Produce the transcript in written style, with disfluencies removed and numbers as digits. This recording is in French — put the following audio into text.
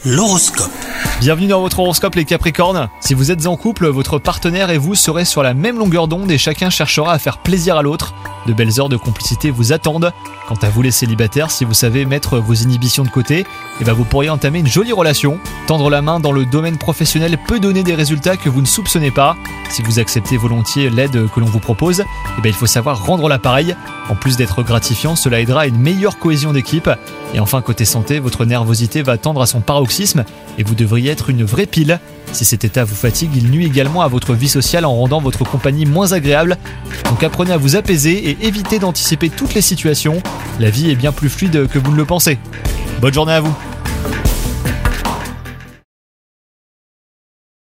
L'horoscope. Bienvenue dans votre horoscope les Capricornes. Si vous êtes en couple, votre partenaire et vous serez sur la même longueur d'onde et chacun cherchera à faire plaisir à l'autre. De belles heures de complicité vous attendent. Quant à vous les célibataires, si vous savez mettre vos inhibitions de côté, vous pourriez entamer une jolie relation. Tendre la main dans le domaine professionnel peut donner des résultats que vous ne soupçonnez pas. Si vous acceptez volontiers l'aide que l'on vous propose, il faut savoir rendre l'appareil. En plus d'être gratifiant, cela aidera à une meilleure cohésion d'équipe. Et enfin, côté santé, votre nervosité va tendre à son paroxysme et vous devriez être une vraie pile. Si cet état vous fatigue, il nuit également à votre vie sociale en rendant votre compagnie moins agréable. Donc apprenez à vous apaiser et évitez d'anticiper toutes les situations. La vie est bien plus fluide que vous ne le pensez. Bonne journée à vous.